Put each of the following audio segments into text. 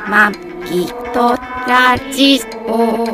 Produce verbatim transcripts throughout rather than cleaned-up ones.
まきとラジオ。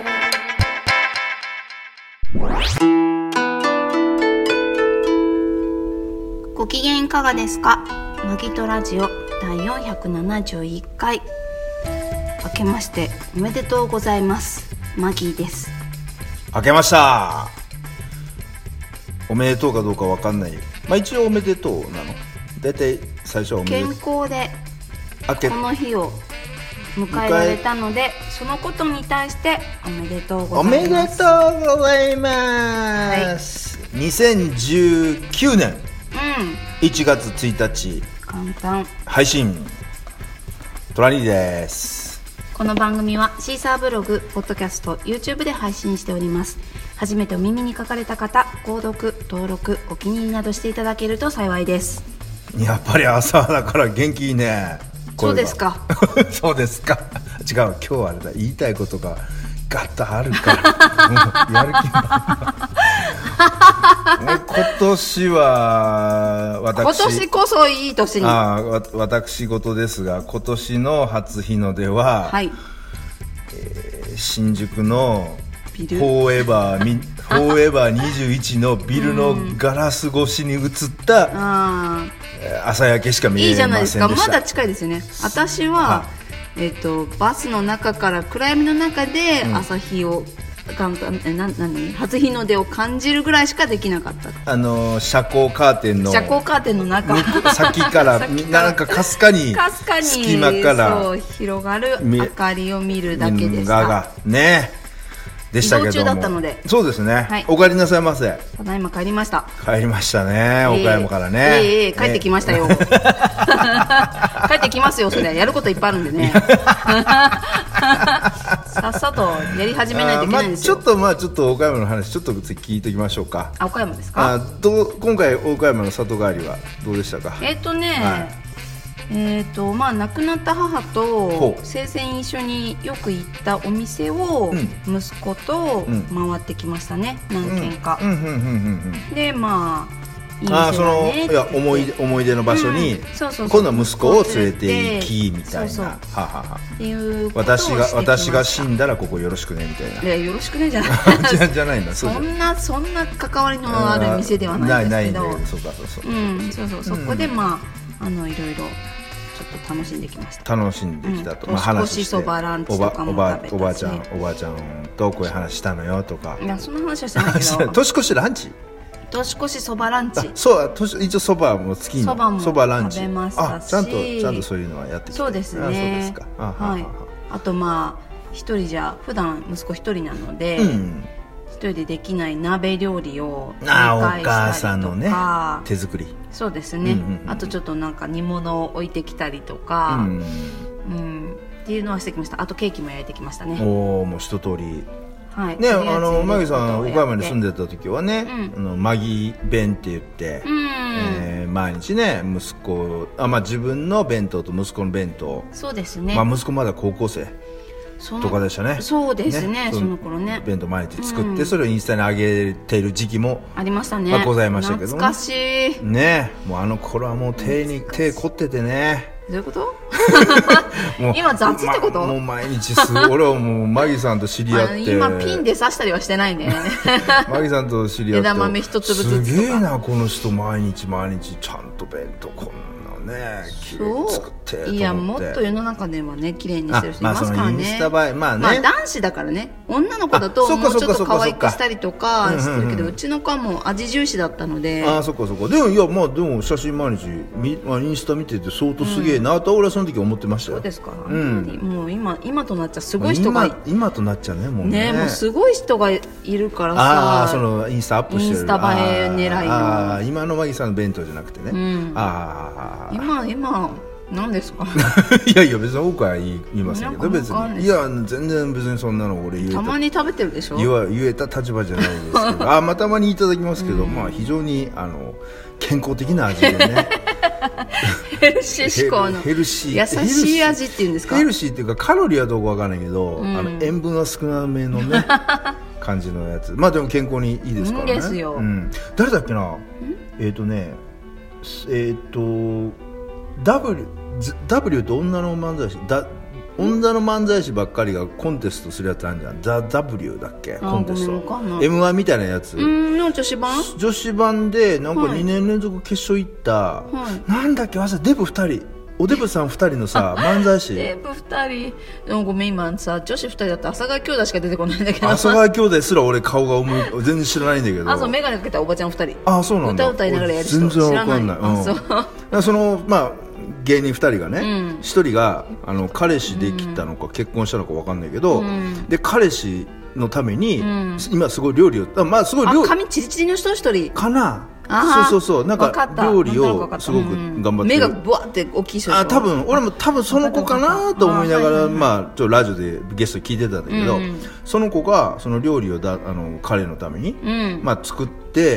ご機嫌いかがですか。まきとラジオだいよんひゃくななじゅういっかい、明けましておめでとうございます。マギーです。 明けました。おめでとうかどうかわかんない。まあ一応おめでとうなの。だいたい最初はおめでとう。 健康でこの日を迎えられたので、そのことに対しておめでとうございます。 おめでとうございます、はい、にせんじゅうきゅうねん、うん、いちがつついたち簡単配信、トラニーです。 この番組はシーサーブログ、ポッドキャスト、YouTube で配信しております。初めてお耳に書かれた方、購読、登録、お気に入りなどしていただけると幸いです。 やっぱり朝だから元気いいね。 そうですかそうですか。違う、今日はあれだ、言いたいことがガッとあるからやる気が今年は私、 今年こそいい年に。 ああ、私事ですが、今年の初日の出は、はい、えー、新宿のフォーエバーフォーエバーにじゅういちのビルのガラス越しに映った朝焼けしか見えませんでした。いいじゃないですか。 まだ近いですよね。私は、えー、とバスの中から暗闇の中で朝日を、うん、な何初日の出を感じるぐらいしかできなかった。 あの遮光カーテンの遮光カーテンの中先からなんかかすかに隙間からそう広がる明かりを見るだけでした。 ががねでしたけども、 移動中だったので。 そうですね、はい、お帰りなさいませ。 ただいま帰りました。 帰りましたね、えー、岡山からね、 えーえー、帰ってきましたよ、えー、帰ってきますよ。それやることいっぱいあるんでねさっさとやり始めないといけないんですよ。 まあ、ちょっとまあちょっと岡山の話ちょっと聞いておきましょうか。 あ、岡山ですか。 あど今回岡山の里帰りはどうでしたか。 えっ、ー、とね、はいえーとまあ、亡くなった母と生前一緒によく行ったお店を息子と回ってきましたね、うん、何軒か、うんうんうんうん、でまあいい店だね。あそのいや思い出、思い出の場所に、うん、そうそうそう今度は息子を連れて行きみたいな、そうそうはははっていうことをしてきました。私が私が死んだらここよろしくねみたいな。 いやよろしくねじゃないじゃ, じゃないんだ。 そんなそんな関わりのある店ではないんですけど、 ないないんだよ。そうかそうそう、うん、 そうそうそこでまああのいろいろちょっと楽しんできました。 楽しんできたと、 うん、まあ、話しておばランチとかも食べたし、 おばあちゃんおばあちゃんとこういう話したのよとか。 いやそんな話はしてないけど年越しランチ年越しそばランチ。 そう一応そばも好きにそばも食べましたし、 あちゃんとちゃんとそういうのはやってきて。 そうですね。あそうですか。あ、はい、あとまあ一人じゃ普段息子一人なので、うん一人でできない鍋料理を繰り返したりとか。あお母さんのね手作り。 そうですね、うんうんうん、あとちょっとなんか煮物を置いてきたりとか、うんうん、っていうのはしてきました。あとケーキも焼いてきましたね。 おおもう一通り、はい、ね、あのマギさん岡山に住んでた時はね、うん、あのマギ弁って言って、うんえー、毎日ね息子あ、まあ、自分の弁当と息子の弁当。 そうですね、 まあ、息子まだ高校生とかでしたね。 そうですね、ねその頃ね弁当毎日作って、うん、それをインスタに上げてる時期もありましたね、 まあ、ございましたけども、 懐かしいね。もうあの頃はもう手に手凝っててね。 どういうこともう今雑ってこと、 ま、もう毎日す俺はもうマギさんと知り合って今ピンで刺したりはしてないねマギさんと知り合って枝豆一粒ずつとかすげえなこの人毎日毎日ちゃんと弁当こんなね綺麗に作ってと思って。 いやもっと世の中ではね綺麗にしてる人いますからね。 まあ、そのインスタ映えまあね、 まあ、男子だからね。女の子だともうちょっと可愛くしたりとかしてるけど、うちの子はもう味重視だったので。 ああそっかそっか。でもいやまあでも写真毎日み、まあ、インスタ見てて相当すげえなと、うん、俺はその時思ってましたよ。 そうですか、うん、もう 今, 今となっちゃすごい人が今, 今となっちゃねもう ね, ねもうすごい人がいるからさ。 ああそのインスタアップしてるインスタ映え狙いの。 ああ今のマギさんの弁当じゃなくてね、うん、ああ今今何ですかいやいや別に多くは言いませんけど別にいや全然別にそんなの俺言えたたまに食べてるでしょ。 言, 言えた立場じゃないですけどあまあたまにいただきますけど、うん、まあ非常にあの健康的な味でねヘルシー志向のヘルシー優しい味っていうんですか。 ヘルシーっていうかカロリーはどうかわからないけど、うん、あの塩分は少なめのね感じのやつ。まあでも健康にいいですからね。いいですよ、うん、誰だっけなえっ、ー、とねえっ、ー、と W W と女の漫才師だ女の漫才師ばっかりがコンテストするやつあるじゃん。ザ・ W だっけ、コンテスト エムワン みたいなやつ。 うんの女子版女子版でなんかにねん連続決勝行った、はい、なんだっけ、わざデブふたり、おデブさんふたりのさ漫才師。 デブふたり、でもごめん今さ女子ふたりだって阿佐ヶ谷兄弟しか出てこないんだけど、 阿佐ヶ谷兄弟すら俺顔が思い全然知らないんだけど、 あそう眼鏡かけたおばちゃんふたり、 あそうなんだ、 歌歌いながらやる人全然わかんない。 あそう、 うん、そのまあ芸人ふたりがね、うん、ひとりがあの彼氏できたのか、うん、結婚したのかわかんないけど、うん、で彼氏のために、うん、今すごい料理を、あ、まあすごい料理、 あ髪チリチリの人ひとりかな、そうそうそう、なんか料理をすごく頑張ってる、 目がブワって大きい人でしょ。 あ、多分俺も多分その子かなと思いながら、まあちょっとラジオでゲスト聞いてたんだけど、うん、その子がその料理をだあの彼のために、うん、まあ作って、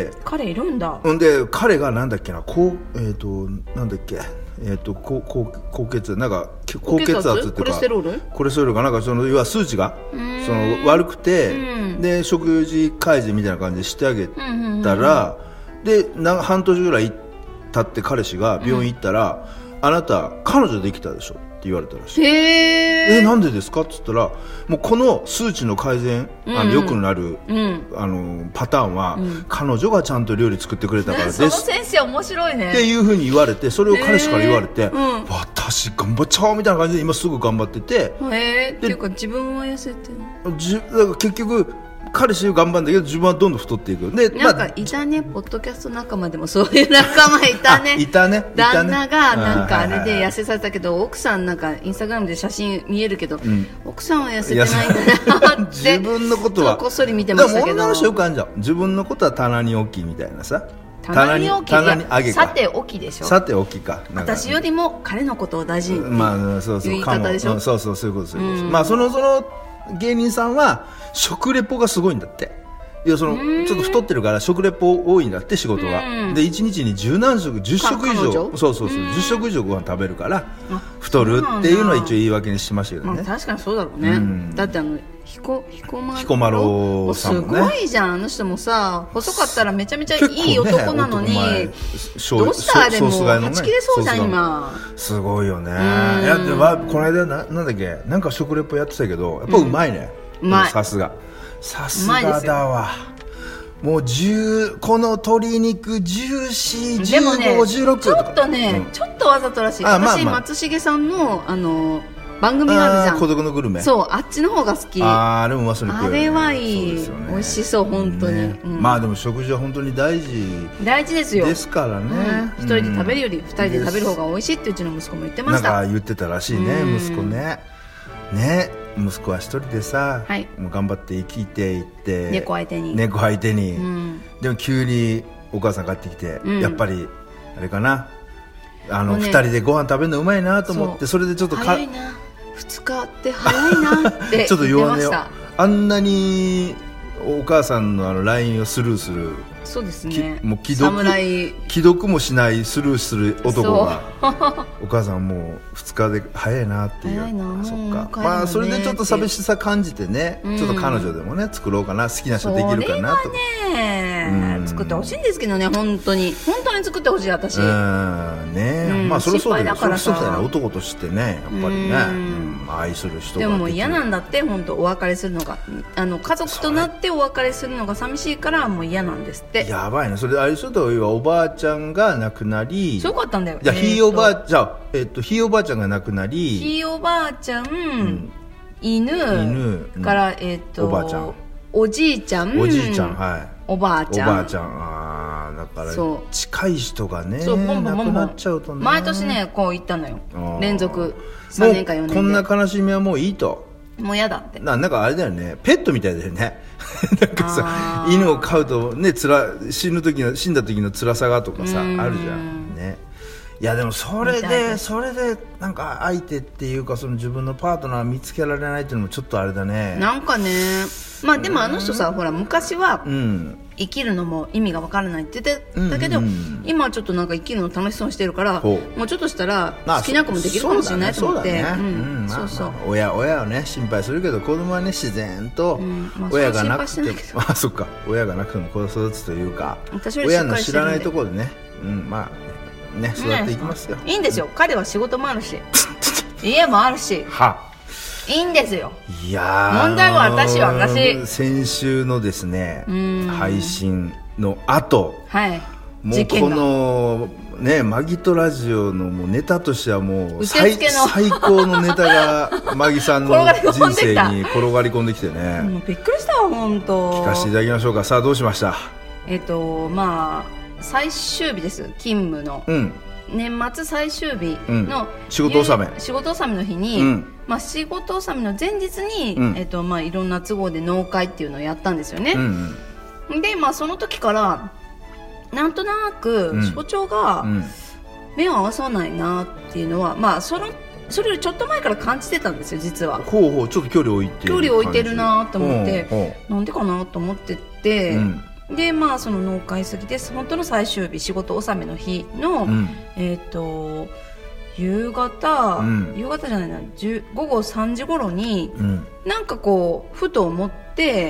彼いるんだ。 んで彼がなんだっけな、こうえっ、ー、となんだっけ。えー、と高高血なんか高血圧っていうかコレステロールコレステロールがなんかその要は数値がその悪くて、で食事改善みたいな感じでしてあげたら、でな半年ぐらい経って彼氏が病院行ったら、うん、あなた彼女できたでしょって言われたらしい。 へー、 えなんでですかって言ったら、もうこの数値の改善、うん、あの良くなる、うん、あのパターンは、うん、彼女がちゃんと料理作ってくれたからです、その先生面白いねっていう風に言われて、それを彼氏から言われて、うん、私頑張っちゃおうみたいな感じで今すぐ頑張ってて、 へーっていうか自分は痩せてる、 じだから結局彼氏頑張るんだけど自分はどんどん太っていく。でなんかいたね、ポッドキャスト仲間でもそういう仲間いたねいたね、 旦那がなんかあれで痩せさせたけど、奥さんなんかインスタグラムで写真見えるけど、うん、奥さんは痩せてないんだなって自分のことはこっそり見てましたけど、 でも女の人よくあるじゃん、自分のことは棚に置きみたいなさ、 棚に置き、 棚に上げか、 さて置きでしょ、 さて置きか、 私よりも彼のことを大事に、 まあそうそう、 言い方でしょ、 そうそうそういうこと、そういうこと、うん、まあそのその芸人さんは食レポがすごいんだって。いやそのちょっと太ってるから食レポ多いんだって仕事が、でいちにちに十何食じゅっ食以上、そうそうそうじゅっ食以上ご飯食べるから太るっていうのは一応言い訳にしましたけどね、 まあ、確かにそうだろうね、うん、だってあの彦摩呂さんもねすごいじゃん、あの人もさ細かったらめちゃめちゃいい男なのに、ね、どうしたでもはち切れそうじゃん今、 すごいよね。いやでもこの間 な, なんだっけなんか食レポやってたけどやっぱうまいね、 うまい、 さすがさすがだわ。もうじゅうこの鶏肉ジューシーじゅうご、ね、じゅうろくちょっとね、うん、ちょっとわざとらしい。私、まあまあ、松重さんのあの番組あるじゃん、 孤独のグルメ、 そうあっちの方が好き。 ああれもうまそうに食える、ね、あれはいい、ね、美味しそう本当に、ね、 うん、まあでも食事は本当に大事大事ですよですからね、 うん、一人で食べるより二人で食べる方が美味しいってうちの息子も言ってました。 なんか言ってたらしいね、息子ねね、息子は一人でさ、はい、もう頑張って生きていって猫相手に猫相手に、うん、でも急にお母さん帰ってきて、うん、やっぱりあれかな、あの、ね、ふたりでご飯食べるのうまいなと思って、 そ, それでちょっとか早いなふつかって早いなってちょっと弱音をあんなにお母さんのあの ライン をスルーする、 そうですね、 もう既読既読もしないスルーする男がお母さんもうふつかで早いなっていう、 早いな、 そっか、まあそれでちょっと寂しさ感じてね、うん、ちょっと彼女でもね作ろうかな、好きな人できるかなと、 それはね、うん、作ってほしいんですけどね、本当に本当に作ってほしい私、 うんね、うん、まあそれそうだよ、それそうだよ、男としてねやっぱりね、うん、愛する人がでも嫌なんだって、本当お別れするのが、あの家族となってお別れするのが寂しいからもう嫌なんですって。 やばいね、それであれそうだよ、おばあちゃんが亡くなり、 そうかったんだよ、 じゃあひいおばあじゃあえっとひいおばあちゃんが亡くなり、 ひいおばあちゃん、うん、犬, 犬から、えっとおばあちゃん、 おじいちゃん、 おじいちゃん、はい、 おばあちゃん、 おばあちゃん、ああだから近い人がね、そうポンポンポンポン亡くなっちゃうとね、 毎年ねこう言ったのよ、連続さんねんかよねんで、 こんな悲しみはもういいと、 もう嫌だって、ななんかあれだよね、ペットみたいだよねなんかさ犬を飼うとね、つら死ぬ時の死んだ時の辛さがとかさあるじゃんね。いやでもそれでそれでなんか相手っていうかその自分のパートナー見つけられないっていうのもちょっとあれだね、 なんかね。まあでもあの人さ、ほら昔は生きるのも意味がわからないって言ってたけど、うんうんうん、今はちょっとなんか生きるの楽しそうにしてるから、もうちょっとしたら好きな子もできるかもしれないと思って、 親親をね心配するけど、子供はね自然と親がなくても、うんまあ、あそっか親がなくても子育つというか、親の知らないところでね、うん、まあね育っていきますよ、 いいんですよ、彼は仕事もあるし家もあるし、 はいいんですよ。 いや問題は私は私先週のですね配信の後、 はい、 もうこのねマギトラジオのもうネタとしてはもう 最, 最高のネタがマギさんの人生に転がり込んできてねもうびっくりしたわ本当。 聞かせていただきましょうか。さあどうしました？ えっとまあ最終日です。勤務の、うん、年末最終日の、うん、仕事納め仕事納めの日に、うんまあ、仕事納めの前日に、うんえっとまあ、いろんな都合で納会っていうのをやったんですよね、うんうん、で、まあ、その時からなんとなく所長が目を合わさないなっていうのは、まあ、そのそれよりちょっと前から感じてたんですよ実は。 ほうほうちょっと距離置いて距離置いてるなと思ってなんでかなと思ってて、うんでまあその納会過ぎです本当の最終日仕事納めの日の、うん、えっ、ー、と夕方、うん、夕方じゃないな午後さんじ頃に、うん、なんかこうふと思って、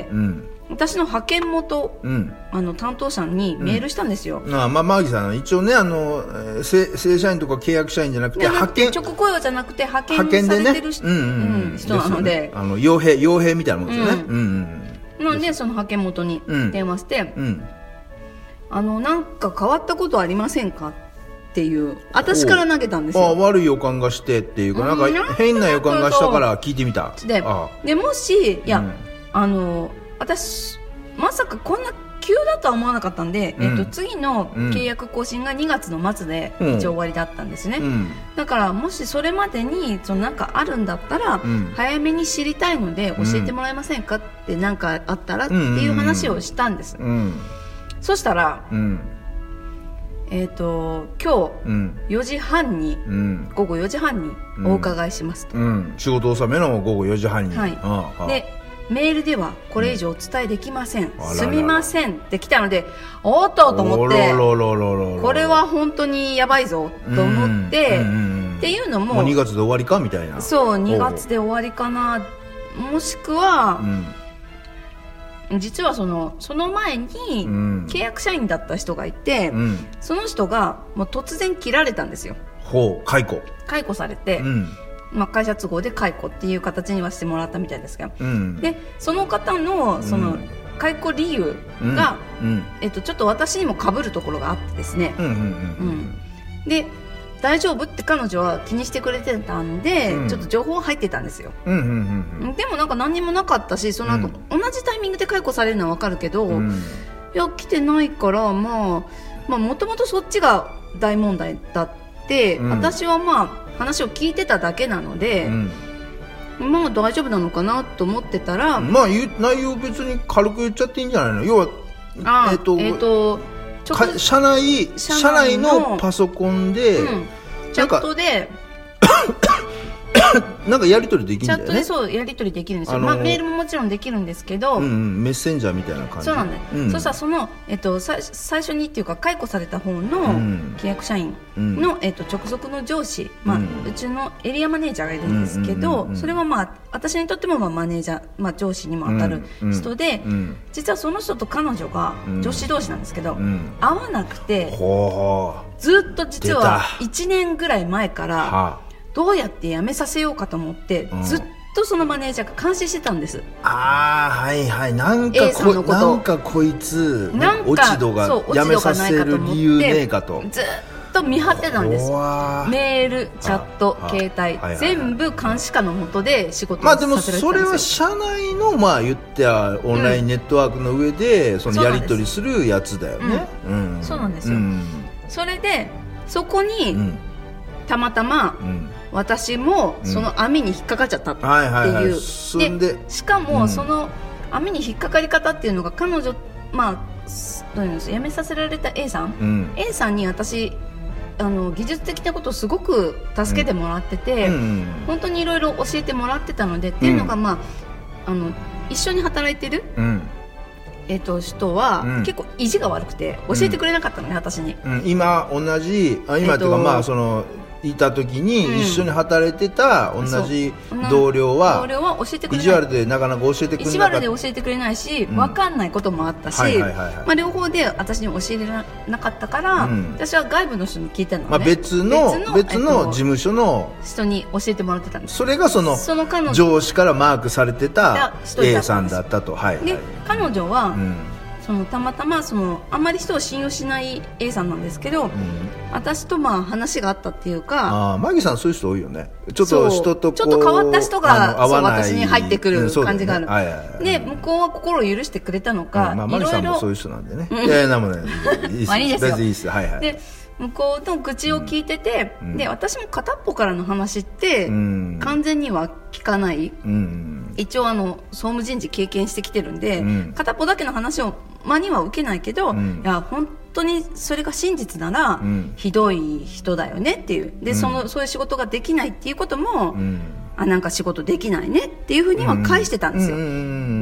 うん、私の派遣元、うん、あの担当者にメールしたんですよ、 うん、あまあマーギさん一応ねあの正社員とか契約社員じゃなくて派遣直雇用じゃなくて派遣されてる、ねうんうんうん、人なので、 ね、あの傭兵傭兵みたいなもんですよね、うんうんうんなんでその派遣元に電話して、うんうん、あのなんか変わったことありませんかっていう私から投げたんですよ。 あ悪い予感がしてっていうか、うん、なんか変な予感がしたから聞いてみた。 で、でもしいや、うん、あの私まさかこんな急だとは思わなかったんで、うんえっと、次の契約更新がにがつの末で一応終わりだったんですね、うん、だからもしそれまでにそのなんかあるんだったら、うん、早めに知りたいので教えてもらえませんかってなんかあったらっていう話をしたんです、うん、そしたら、うんえー、と今日よじはんに、うん、午後よじはんにお伺いしますと、うんうん、 仕事納めの午後よじはんに、 はい、ああでメールではこれ以上お伝えできません、うん、すみませんって来たのでおっとと思ってこれは本当にやばいぞと思って、うんうん、っていうの も, もうにがつで終わりかみたいなそうにがつで終わりかなもしくは、うん、実はその、その前に契約社員だった人がいて、うん、その人がもう突然切られたんですよ。 ほう解雇解雇されて、うんまあ、会社都合で解雇っていう形にはしてもらったみたいですけど、うん、でその方 の, その解雇理由が、うんうんえっと、ちょっと私にも被るところがあってですね、うんうんうんうん、で大丈夫って彼女は気にしてくれてたんで、うん、ちょっと情報入ってたんですよ、うんうんうんうん、でもなんか何にもなかったしその後、うん、同じタイミングで解雇されるのは分かるけど、うん、いや来てないからまあもともとそっちが大問題だって、うん、私はまあ話を聞いてただけなので、うん、まあ大丈夫なのかなと思ってたら、 まあ内容別に軽く言っちゃっていいんじゃないの。要はあえっ、ー、と、えー、と社内社内のパソコンで、うん、 チャットでなんかやり取りできるんだよね。 チャットでそうやり取りできるんですよ、あのーまあ、メールももちろんできるんですけど、 うんうん、メッセンジャーみたいな感じ。 そうなんだよ、うん、そしたらその、えっと、さ最初にっていうか解雇された方の契約社員の、うんえっと、直属の上司、まあうん、うちのエリアマネージャーがいるんですけど、うんうんうんうん、それは、まあ、私にとっても、まあ、マネージャー、まあ、上司にも当たる人で、うんうん、実はその人と彼女が女子同士なんですけど、うん、会わなくて、うん、ずっと実はいちねんぐらい前からどうやって辞めさせようかと思って、うん、ずっとそのマネージャーが監視してたんです。 ああはいはいなんか A さんのことなんかこいつなんか落ち度が辞めさせる理由ねえかとずっと見張ってたんです。メールチャット携帯、はいはい、全部監視下の下で仕事をさせられてたんですよ。 まあでもそれは社内のまあ言ってはオンラインネットワークの上でそのやり取りするやつだよね。 そうなんですよ、うん、それでそこに、うん、たまたま、うん私もその網に引っかかっちゃったっていう、うんはいはいはい、でしかもその網に引っかかり方っていうのが彼女、まあ、どういうんです辞めさせられた A さん、うん、A さんに私あの技術的なことをすごく助けてもらってて、うん、本当にいろいろ教えてもらってたので、うん、っていうのが、まあ、あの一緒に働いてる、うんえー、と人は、うん、結構意地が悪くて教えてくれなかったのね、うん、私に、 うん、今同じあ今っていうか、えー、まあそのいた時に一緒に働いてた同じ同僚は、 同僚は教えてくれない、 意地悪でなかなか教えてくれなかった、 意地悪で教えてくれないし、うん、分かんないこともあったし、両方で私に教えれなかったから、うん、私は外部の人に聞いたのね、 まあ、別の別の、別の事務所の人に教えてもらってたんです。 それがそのその彼女上司からマークされてた A さんだったと、はいはい、 で彼女は、うんそのたまたまそのあんまり人を信用しない A さんなんですけど、うん、私とまあ話があったっていうか、 あマギさんそういう人多いよね。ちょっと人とこうちょっと変わった人がそう私に入ってくる感じがある、うんねはいはいはい、で向こうは心を許してくれたのか、うんまあ、 マギさんもそういう人なんでね、いやいやなんもねいいですよ、別にいいです、はいはい、で向こうの愚痴を聞いてて、うん、で私も片っぽからの話って、うん、完全には聞かない、うん、一応あの総務人事経験してきてるんで、うん、片っぽだけの話を真には受けないけど、うん、いや本当にそれが真実なら、うん、ひどい人だよねっていうで、うん、そのそういう仕事ができないっていうことも、うん、あなんか仕事できないねっていうふうには返してたんですよ、うん、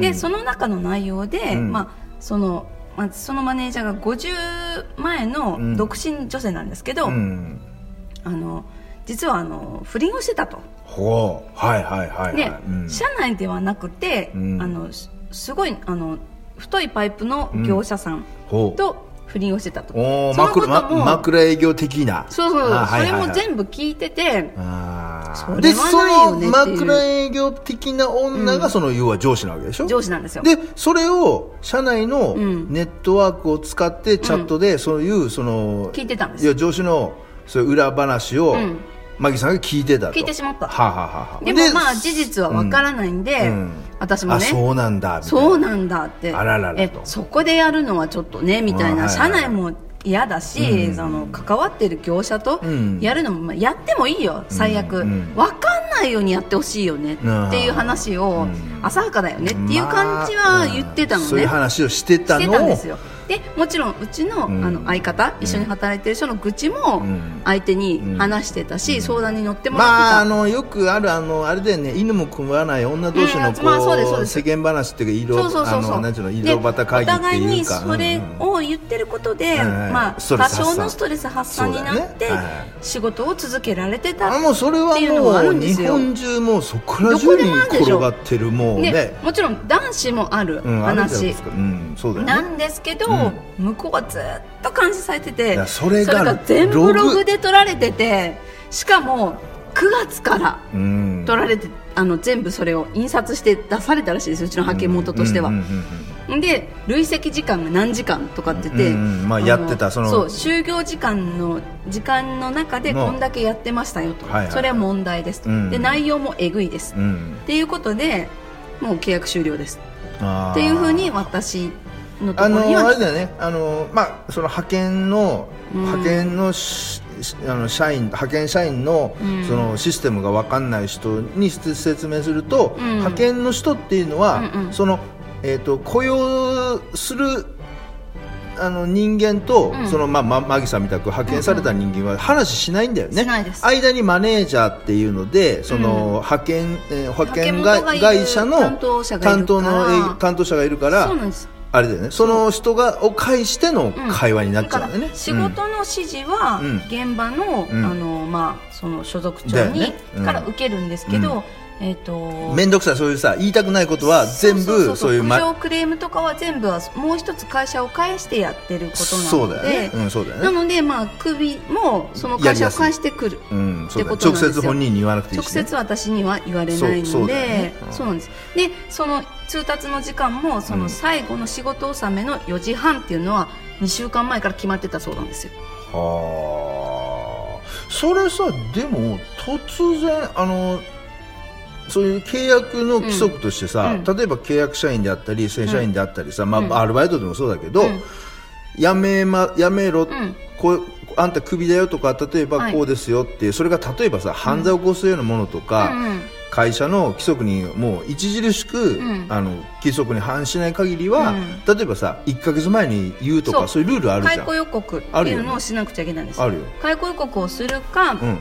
でその中の内容で、うんまあ、そのまあ、そのマネージャーがごじゅうまえの独身女性なんですけど、うん、あの実はあの不倫をしてたと。 ほうはいはいはい、はい、 で、うん、社内ではなくて、うん、あのすごいあの太いパイプの業者さんと不倫をしてたと、うん、 おそのことも枕営業的なそうそう、はいはいはい、それも全部聞いててあそれはないよねっていうでその枕営業的な女がその、うん、要は上司なわけでしょ。 上司なんですよ。 でそれを社内のネットワークを使ってチャットでそういうその聞いてたんですよ。いや上司のそういう裏話を、うんマギさんが聞いてたと。 聞いてしまった。 はあ、ははあ、 でもまあ事実はわからないんで、うん、私もね。 あ、そうなんだ。 そうなんだって。 あらららえ、そこでやるのはちょっとね、みたいな。社内も嫌だし、うん、あの関わってる業者とやるのも、まあ、やってもいいよ、最悪。うんうん、わかんないようにやってほしいよねっていう話を、浅はかだよねっていう感じは言ってたのね。まあ、 そういう話をしてたのを。 してたんですよ。でもちろんうち の,、うん、あの相方、うん、一緒に働いてる人の愚痴も相手に話してたし、うん、相談に乗ってもらってた、 まあ、あのよくあるあのあれだよね、犬も食わない女同士のこう、まあ、そうですそうです世間話っていうか色そうそうそうそうあの色端会議っていうか、お互いにそれを言ってることで、うんうんまあ、多少のストレス発散になって、ねはい、仕事を続けられてたっていうのがあるんですよ。 もう日本中もうそこら中に転がってるもう、ね、 でもちろん男子もある話、 うんうんね、 なんですけど、うん向こうはずっと監視されてて、 それ が, それが全部ログで撮られてて、しかもくがつから撮られて、あの全部それを印刷して出されたらしいです、うちの派遣元としては。で累積時間が何時間とかってて、 うんうんまあ、やってたそのそう就業時間の時間の中でこんだけやってましたよと、はいはい、それは問題ですと、うん、で内容もえぐいです、うん、っていうことでもう契約終了ですっていうふうに私のところにはあのあれだよね、あの、まあ、その派遣の、うん、派遣のあの社員派遣社員 の,、うん、そのシステムが分かんない人に説明すると、うん、派遣の人っていうのは、うんうん、そのえー、と雇用するあの人間と、うんそのまあ、マギさんみたく派遣された人間は話しないんだよね、 しないです。 間にマネージャーっていうのでその、うん、派遣、えー、派遣会社の担当の担当者がいるからそうなんです。 あれだよね、その人がを介しての会話になっちゃうんだよね、 うん、仕事の指示は現場の、うん、あのまあ、その所属長に、ねうん、から受けるんですけど、うんえー、とめんどくさいそういうさ言いたくないことは全部そういう苦情クレームとかは全部はもう一つ会社を介してやってることなので、 そうだよね、うん、そうだよね。 なので、まあ、首もその会社を介してくるってことなんですよ。 直接本人に言わなくていいし、ね、 直接私には言われないので そう、そうだよね、うん、そうなんです。でその通達の時間もその最後の仕事納めのよじはんっていうのはにしゅうかんまえから決まってたそうなんですよ。 はあ、それさでも突然あのそういう契約の規則としてさ、うん、例えば契約社員であったり正社員であったりさ、うんまあ、アルバイトでもそうだけど、うん、やめま、やめろ、うん、こうあんたクビだよとか例えばこうですよっていう、はい、それが例えばさ犯罪を起こすようなものとか、うんうん、会社の規則にもう著しく、うん、あの規則に反しない限りは、うん、例えばさいっかげつまえに言うとかそういうルールあるじゃん。 解雇予告っていうのをしなくちゃいけないんですよ。 あるよ。 解雇予告をするか、うん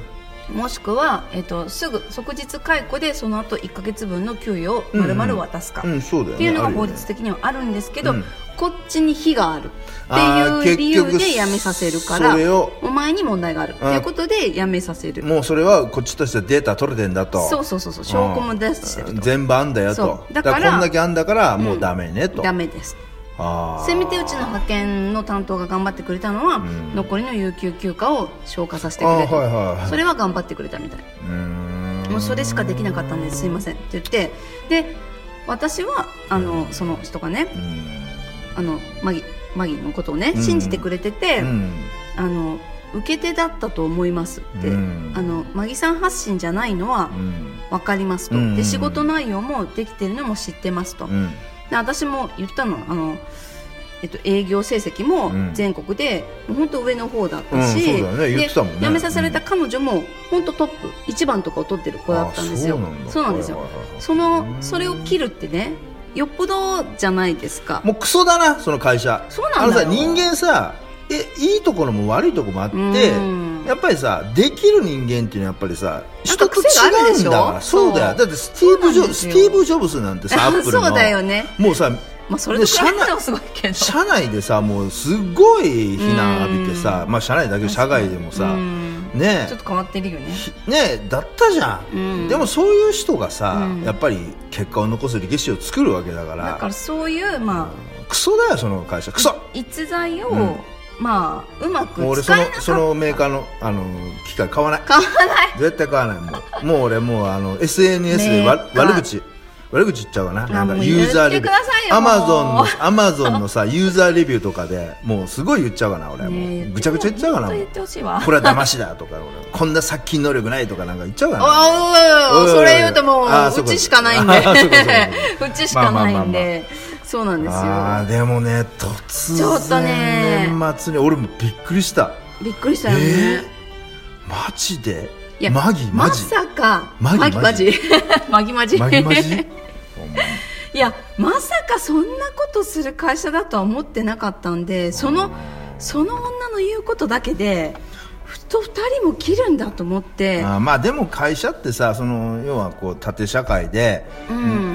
もしくは、えー、とすぐ即日解雇でその後いっかげつぶんの給与を丸々渡すか、うんうんうん、そうだよね、っていうのが法律的にはあるんですけど、うん、こっちに非があるっていう理由で辞めさせるからお前に問題があるっていうことで辞めさせる。 もうそれはこっちとしてデータ取れてんだと。 そうそうそうそう、証拠も出してると、 全部あんだよと。だから、だからこんだけあんだからもうダメねと、 うん、ダメです。せめてうちの派遣の担当が頑張ってくれたのは、うん、残りの有給休暇を消化させてくれた、はいはいはい、それは頑張ってくれたみたい。うーん、もうそれしかできなかったんです、すいませんって言って、で私はあのその人がね、あのマギマギのことをね信じてくれてて、あの受け手だったと思いますって、あのマギさん発信じゃないのは分かりますと、で仕事内容もできてるのも知ってますと、で私も言ったの、あの、えっと、営業成績も全国で、うん、本当上の方だったし、うん、そうだね、言ってたもんね。で辞めさせられた彼女も本当トップいちばんとかを取ってる子だったんですよ。そうなんだ、そうなんですよ。そのそれを切るってね、よっぽどじゃないですか。 もうクソだなその会社。そうなんだよ。あのさ、人間さ、えいいところも悪いところもあって、やっぱりさ、できる人間っていうのはやっぱりさ、人と違うんだから。そうだよ。だってスティーブ・ジョブス、スティーブ・ジョブスなんてさ、アップルのそうだよね。もうさ、まあ、それと比べてもすごいけど、社内でさ、もうすごい非難浴びてさ、まあ社内だけど社外でもさ、ね、 ちょっと変わってるよね。 ね、だったじゃん。うん、でもそういう人がさ、うん、やっぱり結果を残す歴史を作るわけだから。 だからそういうまあ、 クソだよその会社、クソ。 逸材を、うん、まあうまく使えなかった。 俺そのそのメーカーのあの機械買わない。 買わない。 絶対買わない。もうもう俺もうあの エスエヌエス で悪口。悪口言っちゃうかな。なんかユーザーレビュー、アマゾンのアマゾンのさユーザーレビューとかでもうすごい言っちゃうかな俺。もうぐちゃぐちゃ言っちゃうかな。これは騙しだとか、こんな殺菌能力ないとかなんか言っちゃうかな。 ああ、それ言うともううちしかないんで、うちしかないんで、そうなんですよ。 あでもね、突然年末に俺もびっくりした。 びっくりしたよね。 マジで。マギマジ。 まさかマギマジマギマジマギマジいや、まさかそんなことする会社だとは思ってなかったんで、そのその女の言うことだけでふとふたりも切るんだと思って。 あまあでも会社ってさ、その要はこう縦社会で、うん、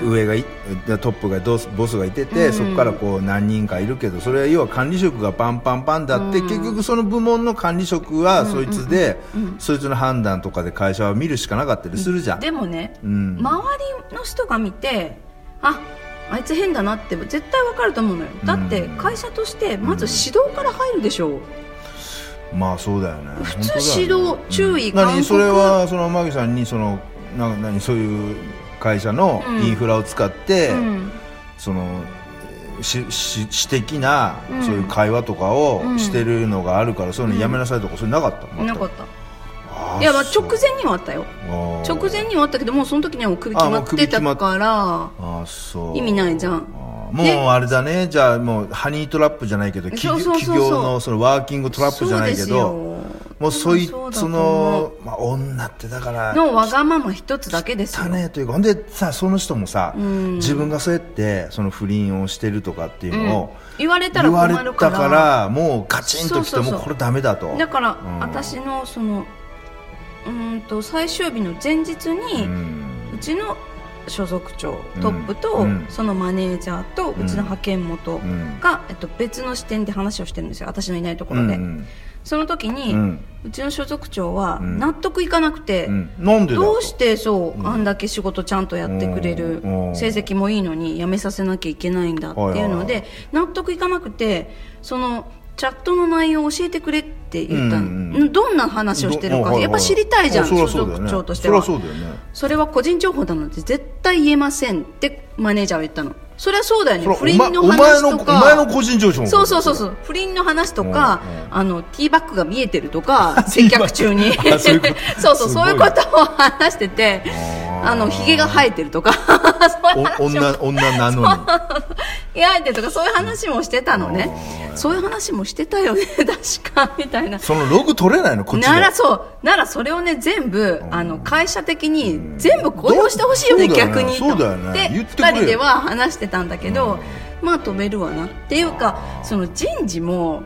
上がいトップがボスがいてて、うん、そこからこう何人かいるけど、それは要は管理職がパンパンパンだって、うん、結局その部門の管理職はそいつで、うんうんうん、そいつの判断とかで会社は見るしかなかったりするじゃん。 でもね、うん、周りの人が見て、ああいつ変だなって絶対わかると思うのよ。だって会社としてまず指導から入るでしょう。 うん、まあそうだよね。 普通指導、うん、注意、 何それはそのマギさんにそのな何そういう会社のインフラを使って、うん、そのしし私的なそういう会話とかをしてるのがあるから、うん、そういうのやめなさいとか、それなかった？ なかった。いや、まあ直前にはあったよ。直前にはあったけど、もうその時にはもう首決まってたから、あそう意味ないじゃん。 もうあれだね、じゃあもうハニートラップじゃないけど、企業のそのワーキングトラップじゃないけど、もうそいつの、まあ、女ってだからのわがまま一つだけですよ。 ねというか、ほんでさ、その人もさ、うん、自分がそうやってその不倫をしてるとかっていうのを、 うん、言われたら困るから、言われたからもうカチンときて、もうこれダメだと。 だから、うん、私のそのうんと最終日の前日に、うん、うちの所属長トップと、うん、そのマネージャーとうちの派遣元が、うんえっと、別の視点で話をしてるんですよ、私のいないところで、うん、その時に、うん、うちの所属長は納得いかなくて、うん、なんでだどうしてそう、うん、あんだけ仕事ちゃんとやってくれる、うん、成績もいいのに辞めさせなきゃいけないんだっていうので、納得いかなくて、そのチャットの内容を教えてくれって言ったの、うんうん、どんな話をしてるのかやっぱ知りたいじゃん、所属長としては。 そ, そ, うだよ、ね、それは個人情報なので絶対言えませんってマネージャーは言ったの。それはそうだよね、不倫の話とか、 お前の、お前の個人情報、 そうそうそうそう、不倫の話とか、うんうん、あのティーバッグが見えてるとか接客中にそういうそうそう、そういうことを話してて、あのヒゲが生えてるとか女女なのにいやでとか、そういう話もしてたのね。そういう話もしてたよね確かみたいな。 そのログ取れないのこっちなら、そうならそれをね全部、うん、あの会社的に全部公表してほしいよね、逆にと思ってふたりでは話してたんだけど、うん、まあ飛べるわなっていうか、その人事も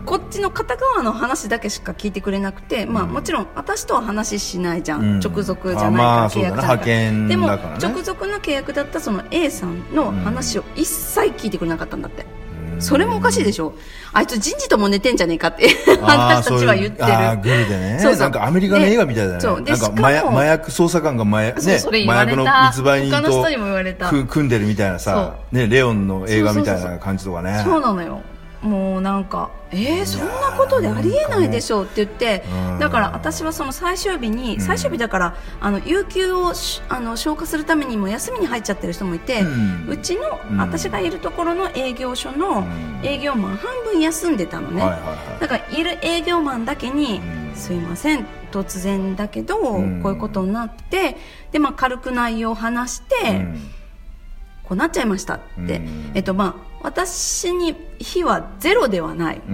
こっちの片側の話だけしか聞いてくれなくて、まあ、もちろん私とは話しないじゃん、うん、直属じゃないから、まあ、契約だから、ね、でも直属の契約だったその A さんの話を一切聞いてくれなかったんだって、うん、それもおかしいでしょ。あいつ人事とも寝てんじゃねえかって私たちは言ってる。 あグルでね、そうそうなんかアメリカの映画みたいだね。そうでなんか麻薬、麻薬捜査官が麻薬、ね、そうそれ言われた、麻薬の密売人と他の人にも言われた組んでるみたいなさ、ね、レオンの映画みたいな感じとかね。 そうなのよ。もうなんかえー、そんなことでありえないでしょうって言って、だから私はその最終日に、最終日だからあの有給をあの消化するためにも休みに入っちゃってる人もいて、うちの私がいるところの営業所の営業マン半分休んでたのね。だからいる営業マンだけにすいません突然だけどこういうことになって、で、まあ、軽く内容を話してこうなっちゃいましたって、えっとまあ私に非はゼロではない、うん、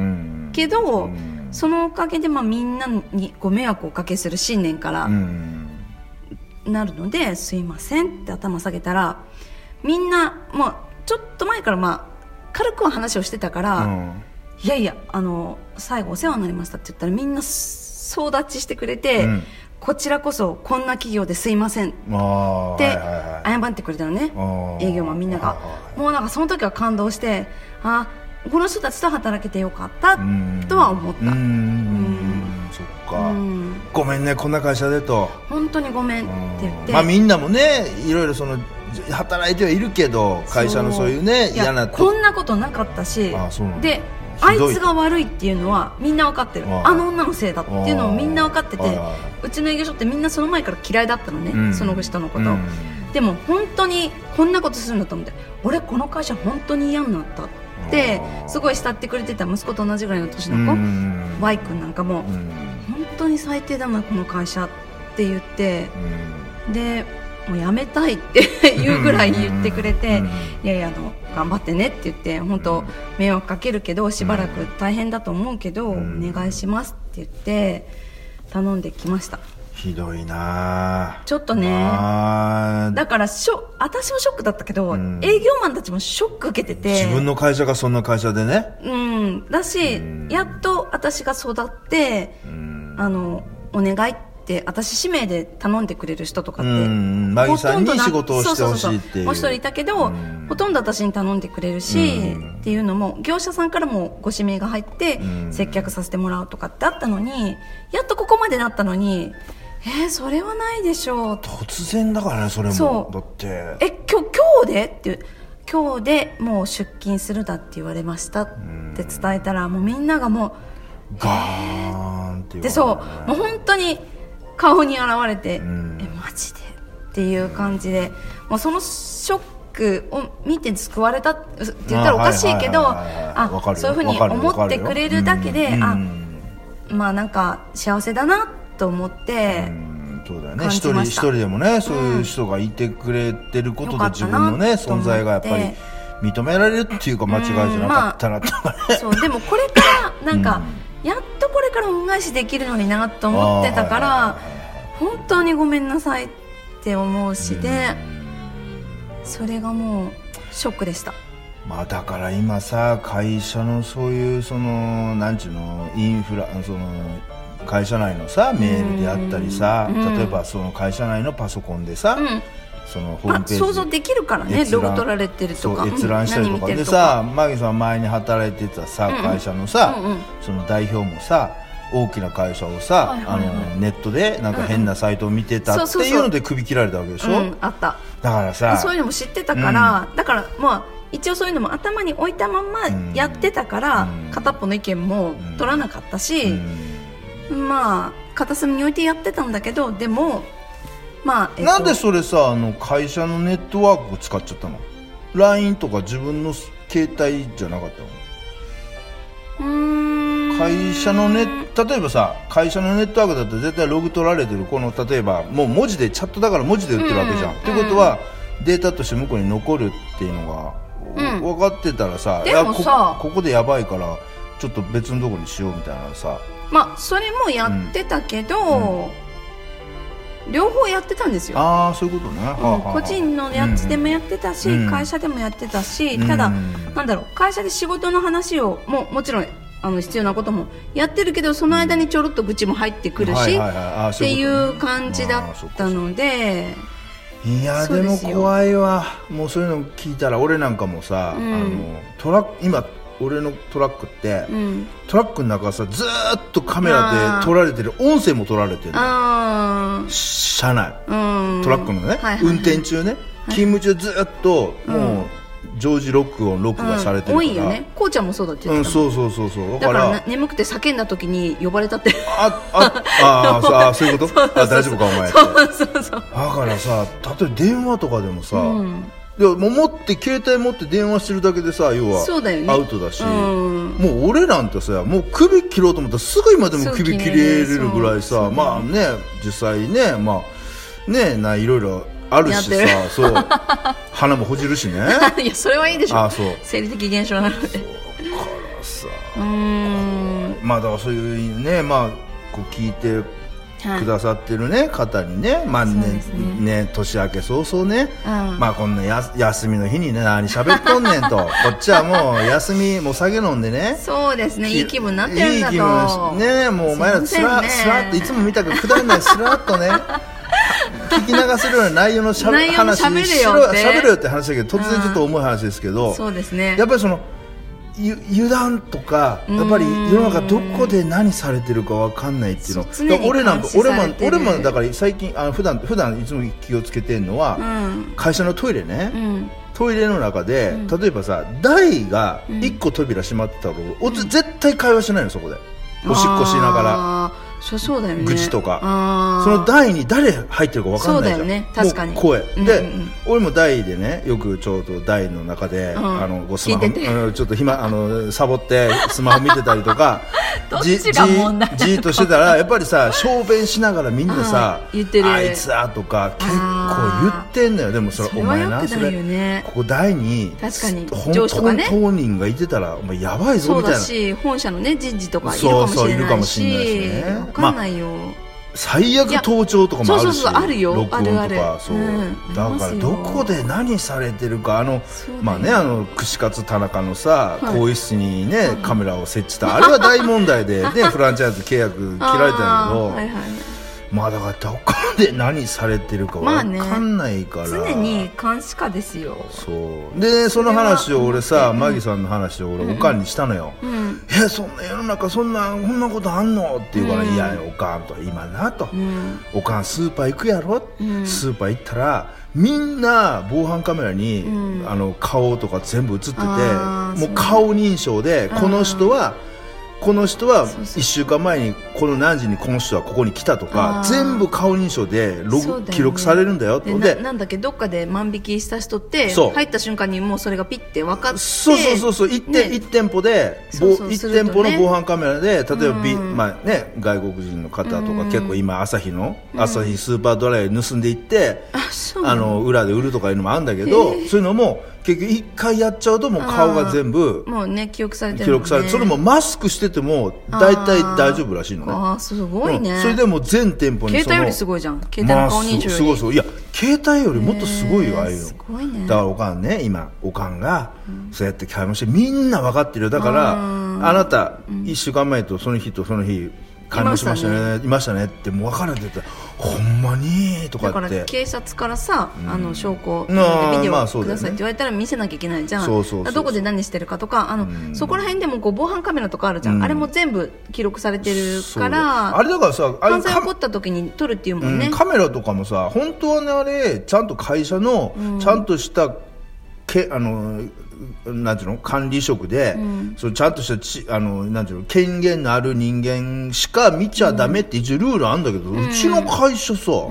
けど、うん、そのおかげで、まあ、みんなにご迷惑をおかけする信念からなるので、うん、すいませんって頭下げたらみんなもうちょっと前から、まあ、軽くは話をしてたから、うん、いやいやあの最後お世話になりましたって言ったらみんな総立ちしてくれて、うん、こちらこそこんな企業ですいませんって謝ってくれたのね、営業マンみんなが。もうなんかその時は感動して、あこの人たちと働けてよかったとは思った。うんうんそっか、うん、ごめんねこんな会社でと本当にごめんって言って、 まあ、みんなもねいろいろその働いてはいるけど会社のそういうね嫌なこんなことなかったし、あそうなんであいつが悪いっていうのはみんな分かってる、あの女のせいだっていうのをみんな分かってて、うちの営業所ってみんなその前から嫌いだったのね、うん、その人のこと、うん、でも本当にこんなことするんだと思って、俺この会社本当に嫌になったってすごい慕ってくれてた息子と同じぐらいの年の子、うん、Y 君なんかも、うん、本当に最低だなこの会社って言って、うん、でもう辞めたいっていうぐらい言ってくれて、いやいやあの頑張ってねって言って、本当迷惑かけるけどしばらく大変だと思うけど、お願いしますって言って頼んできました。 ひどいなちょっとね、だからショ私もショックだったけど、うん、営業マンたちもショック受けてて、 自分の会社がそんな会社でね、 うんだし、うん、やっと私が育って、うん、あのお願いって私指名で頼んでくれる人とかって、うん、 マギさんに仕事をしてほしいっていうもう一人いたけど、うん、ほとんど私に頼んでくれるし、うん、っていうのも業者さんからもご指名が入って、うん、接客させてもらうとかってあったのに、やっとここまでなったのに、えー、それはないでしょう。 突然だからねそれも。そうだってえ今日今日でって今日でもう出勤するだって言われましたって伝えたら、もうみんながもうガーンって言われて、 でそうもう本当に顔に現れて、えマジでっていう感じで、もうそのショックを見て救われたって言ったらおかしいけど、あそういうふうに思ってくれるだけで、あまあなんか幸せだなと思ってそうだよね、一人一人でもねそういう人がいてくれてることで自分のね存在がやっぱり認められるっていうか間違いじゃなかったなとかね、 そうでもこれからなんかやっとこれから恩返しできるのになと思ってたから、本当にごめんなさいって思うしで、それがもうショックでした。 まあだから今さ会社のそういうそのなんちゅうのインフラその会社内のさメールであったりさ、例えばその会社内のパソコンでさ、そのホームページ想像できるからね、ログ取られてるとか閲覧したりとかでさ、マギさん前に働いてたさ会社のさ、その代表もさ大きな会社をさ、あのネットでなんか変なサイトを見てたっていうので首切られたわけでしょ。 あっただからさそういうのも知ってたから、だからまあ一応そういうのも頭に置いたままやってたから、片っぽの意見も取らなかったし、まあ片隅に置いてやってたんだけど、でもまあ、えっと、 なんでそれさあの会社のネットワークを使っちゃったの？ ライン とか自分の携帯じゃなかったの？うーん会社のネ例えばさ会社のネットワークだと絶対ログ取られてるこの例えばもう文字でチャットだから文字で打ってるわけじゃん、うん、ってことは、うん、データとして向こうに残るっていうのが、うん、分かってたらさ、 でもさこ, ここでやばいからちょっと別のとこにしようみたいなさ、 まあそれもやってたけど、うんうん両方やってたんですよ。 ああそういうことね、 うん、個人のやつでもやってたし、うん、会社でもやってたし、うん、ただ、うん、なんだろう会社で仕事の話をももちろんああの必要なこともやってるけど、その間にちょろっと愚痴も入ってくるし、っていう感じだったので。 いやでも怖いわ。もうそういうの聞いたら、俺なんかもさ、うん、あのトラ今俺のトラックって、うん、トラックの中さずーっとカメラで撮られてる、音声も撮られてるの、車内、うん、トラックのね、はいはいはい、運転中ね、勤務中ずーっともう、常時録音録画されてるから、 うん、多いよね。こうちゃんもそうだって言ってたもん、 うん、そうそうそうそう。 だからだから眠くて叫んだ時に呼ばれたって。 ああああ、そういうこと。あ、大丈夫かお前って。 そうそうそう。 だからさ、例えば電話とかでもさ、うん、いやもう持って携帯持って電話してるだけでさ、要はアウトだし、うだ、ね、うん、もう俺なんてさ、もう首切ろうと思ったらすぐ今でも首切れるぐらいさ、まあね、実際ね、まあね、ないろいろあるしさ、そう鼻もほじるしね。 いやそれはいいでしょ。あ、そう、生理的現象なので。だからさ、うーん、まあだからそういうね、まあこう聞いてくださってるね、方にね、まあね、ね、年明け早々ね、うん、まあこんなや休みの日にね、何喋っとんねんと、こっちはもう休み、もう酒飲んでね、 そうですね、いい気分になってるんだと、いい気分ね、もうお前らスラスラっといつも見たくくだらないスラっとね聞き流せるような内容のしゃべ話しゃべるよって話だけど、突然ちょっと重い話ですけど、 そうですね、 やっぱりその油断とか、やっぱり世の中どこで何されてるか分かんないっていうの、俺なんか俺も俺もだから最近あの普段普段いつも気をつけてるのは、うん、会社のトイレね、うん、トイレの中で、うん、例えばさ、台がいっこ扉閉まってたら、うん、絶対会話しないの、そこでおしっこしながら。 そうだよね、 愚痴とか、その台に誰入ってるか分かんないじゃん。そうだよね、確かに。声で、うんうん、俺も台でね、よくちょうど台の中で、うん、あのスマホちょっと暇あのサボってスマホ見てたりとかどっちが問題だろう。 じじーっとしてたらやっぱりさ、小便しながらみんなさ、 言ってる、 あいつあとか結構言ってんのよ。でもそれお前な、それここ台に確かに上司とかね、当人がいてたらお前やばいぞみたいな。 そうだし、本社のね人事とかいるかもしれないし、そうそういるかもしれないしね。分かんないよ、まあ、 最悪盗聴とかもあるし、そうそうそう、 あるよ、 録音とか、 あるある、 そう、 うん、 だからどこで何されてるか、あのまあね、あの串カツ田中のさ、はい、更衣室にね、はい、カメラを設置した、あれは大問題でねフランチャイズ契約切られたんだけど、はいはい、まあだからどこで何されてるか分かんないから、まあね、常に監視下ですよ。 そうで、その話を俺さ、マギさんの話を俺おかんにしたのよ、うんうん、えそんな世の中そんなこんなことあんのって言うから、うん、いやおかんと今なと、うん、おかんスーパー行くやろ、うん、スーパー行ったらみんな防犯カメラに、うん、あの顔とか全部映ってて、もう顔認証でこの人はこの人はいっしゅうかんまえにこの何時にこの人はここに来たとか全部顔認証でログ、ね、記録されるんだよ。 でで な, なんだっけ、どっかで万引きした人って入った瞬間にもうそれがピッて分かって、 そうそうそうそう、 1, 店、ね、いち店舗でそうそう、ね、いち店舗の防犯カメラで、例えば、うんまあね、外国人の方とか、うん、結構今朝日の、うん、朝日スーパードライ盗んでいって、うん、あの裏で売るとかいうのもあるんだけど、そういうのも結局一回やっちゃうともう顔が全部もうね記憶されてる、ね、 記録されて、それもマスクしてても大体大丈夫らしいのね。 ああすごいね、 うん、それでも全店舗に携帯よりすごいじゃん、携帯の顔認証より、まあ、すごいすごい、 いや携帯よりもっとすごいよ、ああいうのすごいね。 だからおかんね、今おかんがそうやって買い物してみんな分かってるよ。だからあなたいっしゅうかんまえとその日とその日買い物しましたね、いましたねってもう分かるって言ったら、ほんまにとかって、だから警察からさ、うん、あの証拠ビデオくださいって言われたら見せなきゃいけないじゃん、そうそうそうそう、どこで何してるかとか、あの、うん、そこら辺でもこう防犯カメラとかあるじゃん、うん、あれも全部記録されてるから、 あれだからさ、 犯罪起こった時に撮るっていうもんね、うん、 カメラとかもさ、本当はね、あれちゃんと会社のちゃんとしたけあのなんていうの管理職で、うん、そのちゃんとしたちあのなんていうの権限のある人間しか見ちゃダメって一応ルールあるんだけど、うん、うちの会社さ、うん、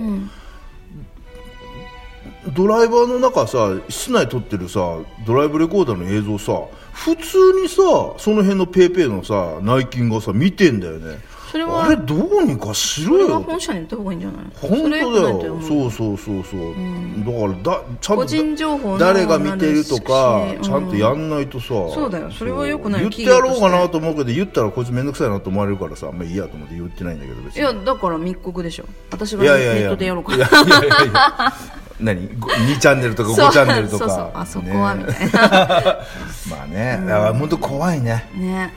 ドライバーの中さ、室内撮ってるさドライブレコーダーの映像さ、普通にさその辺のペイペイのさ内勤がさ見てんだよね。それはあれどうにかしろよ。それは本社に言った方がいいんじゃない？ 本当だよ。そうそうそうそう、うん、だからだちゃんと個人情報誰が見てるとか、うん、ちゃんとやんないとさ、 そうだよ、それはよくない。 言ってやろうかなと思うけど、言ったらこいつめんどくさいなと思われるからさ、まあいいやと思って言ってないんだけど、別に。 いやだから密告でしょ、私がネットでやろうかな。いやいやいやいや何にチャンネルとかごチャンネルとか、そうそう、 あそこは、ね、みたいなまあね、だから本当怖いね。 ね、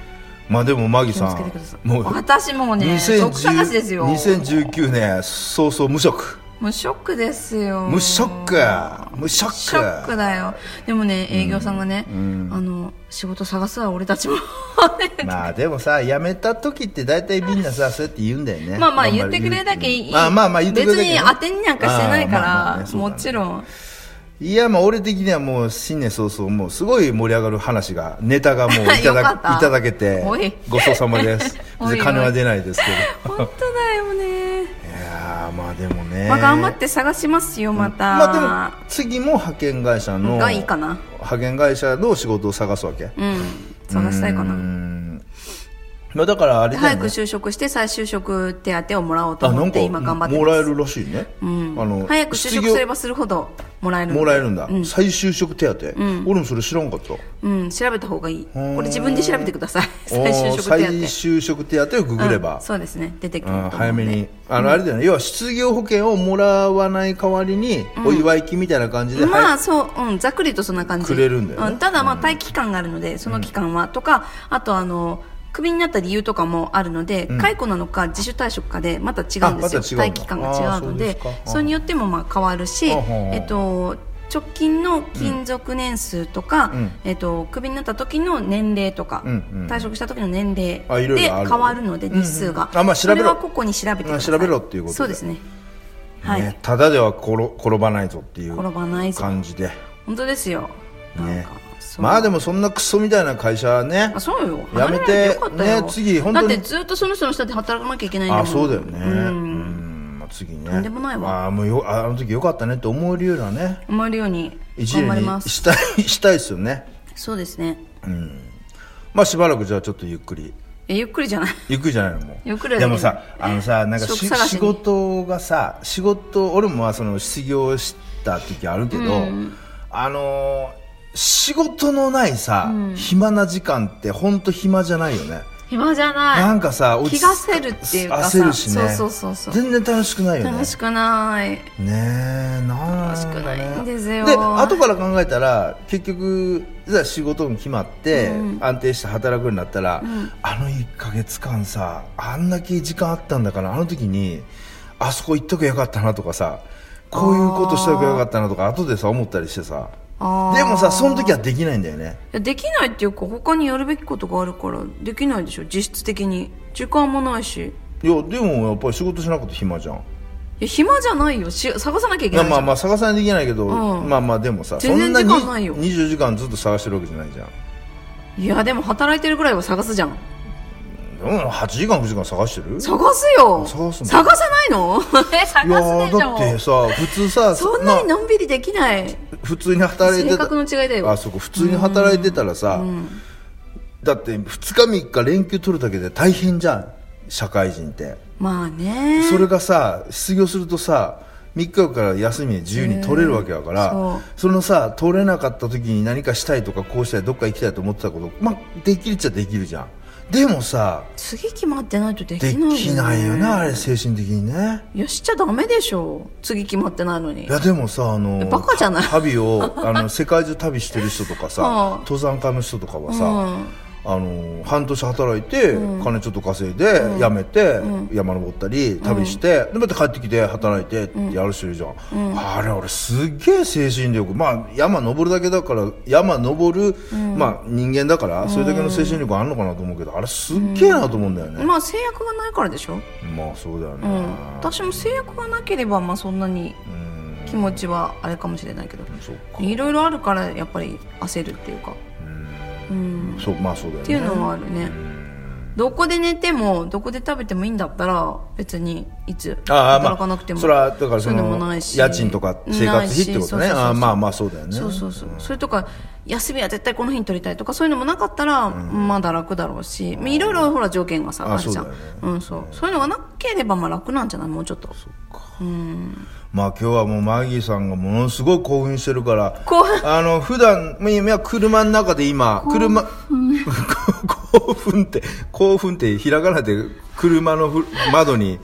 まあでもマギさんもう私もね職探しですよ。 にせんじゅうきゅうねん早々無職無職ですよ。 無職無職ショックだよ。でもね営業さんがね、うん、あの仕事探すわ俺たちもまあでもさ辞めた時って大体みんなさそうやって言うんだよね。 まあまあ言ってくれるだけいい。 まあまあまあ言ってくれるだけ、ね、 別に当てになんかしてないから、まあまあねね、もちろん。 いやまあ俺的にはもう新年早々もうすごい盛り上がる話がネタがもういただいただけてごちそうさまです別に金は出ないですけど本当だよね。 いやまあでもね、 まあ、頑張って探しますよまた、 まあでも次も派遣会社のがいいかな。 派遣会社の仕事を探すわけ。 うん探したいかな。 まあだからあれだよね、 早く就職して再就職手当をもらおうと思って今頑張ってます。 もらえるらしいね、 うん、あの早く就職すればするほどもらえるもらえるんだ、うん、再就職手当、うん、俺もそれ知らんかった。 うん調べた方がいい。これ自分で調べてください再就職手当再就職手当をググれば、 うん、そうですね出てくると思う。 早めにあの、うん、あれだよね、要は失業保険をもらわない代わりに、うん、お祝い金みたいな感じで、 まあそう、うん、ざっくりとそんな感じくれるんだよね、 うん、ただまあ待機期間があるのでその期間は、うん、とかあとあのクビになった理由とかもあるので、うん、解雇なのか自主退職かでまた違うんですよ。待機期間が違うので そ, それによってもまあ変わるし、えっと、直近の勤続年数とか、うんえっと、クビになった時の年齢とか、うんうん、退職した時の年齢で変わるので日数が、うんうんあまあ、調べろそれは個々に調べてください。 調べろっていうことでそうですね、はい、 ねただでは転, 転ばないぞっていう感じで本当ですよ、 ね、なんかまあでもそんなクソみたいな会社はねあそうよやめてね次本当にだってずっとその人の下で働かなきゃいけないんだもん。 あそうだよね、うんうんまあ、次ねなんでもないわ。 あもうよあの時よかったねって思えるようなね思えるように頑張りますしたいしたいですよね。 そうですね、 うん、まあしばらくじゃあちょっとゆっくりえゆっくりじゃないゆっくりじゃないのもうゆっくりでもさあのさなんかし仕事がさ仕事俺もその失業した時あるけど、うん、あのー仕事のないさ、うん、暇な時間って本当暇じゃないよね。 暇じゃない。 なんかさ気がせるっていうかさ焦るしね。 そうそうそうそう全然楽しくないよね。 楽しくないねえなん楽しくないんですよ。 で後から考えたら結局仕事も決まって、うん、安定して働くようになったら、うん、あのいっかげつかんさあんだけ時間あったんだからあの時にあそこ行っとけばよかったなとかさこういうことしとけばよかったなとか後でさ思ったりしてさでもさその時はできないんだよね。 いやできないっていうか他にやるべきことがあるからできないでしょ実質的に時間もないし。 いやでもやっぱり仕事しなくて暇じゃん。いや暇じゃないよし探さなきゃいけないじゃん。 まあまあ探さないといけないけど、うん、まあまあでもさ全然時間ないよ。 そんなににじゅうじかんずっと探してるわけじゃないじゃん。 いやでも働いてるぐらいは探すじゃん。 うん、はちじかんくじかん探してる探すよ。 探す探さないのえ探すでしょ。いやだってさ普通さそんなにのんびりできない、まあ、 普通に働いてた性格の違いだよ。 あそこ普通に働いてたらさ、うん、だってふつかみっか連休取るだけで大変じゃん社会人って。 まあねそれがさ失業するとさみっかから休みで自由に取れるわけだから、そ, そのさ取れなかった時に何かしたいとかこうしたいどっか行きたいと思ってたことまあできるっちゃできるじゃん。でもさ次決まってないとできないよね。 できないよねあれ精神的にね。 いやしちゃダメでしょ次決まってないのに。 いやでもさあのバカじゃない旅をあの世界中旅してる人とかさ、はあ、登山家の人とかはさ、うんあの半年働いて、うん、金ちょっと稼いで、うん、辞めて、うん、山登ったり旅して、うん、でまた帰ってきて働いてってやる人いるじゃん、うん、あれ俺すっげえ精神力まあ山登るだけだから山登る、うん、まあ人間だから、うん、それだけの精神力あるのかなと思うけどあれすっげえなと思うんだよね、 うん、まあ制約がないからでしょ。 まあそうだよね、うん、 私も制約がなければまあそんなに気持ちはあれかもしれないけどいろいろあるからやっぱり焦るっていうかうん、そうまあそうだよねっていうのもあるね。どこで寝てもどこで食べてもいいんだったら別にいつ働かなくても、 まあ、それはだからその家賃とか生活費ってことね。あまあまあそうだよね。 そうそうそう、うん、それとか休みは絶対この日に取りたいとかそういうのもなかったら、うん、まだ楽だろうしいろいろほら条件がさあるじゃん。そうだよね、うん、そうそういうのがなければまあ楽なんじゃないもうちょっと。 そうか、 うんまあ今日はもうマギーさんがものすごい興奮してるからあの普段いや車の中で今車興奮って興奮ってひらがなで車の窓に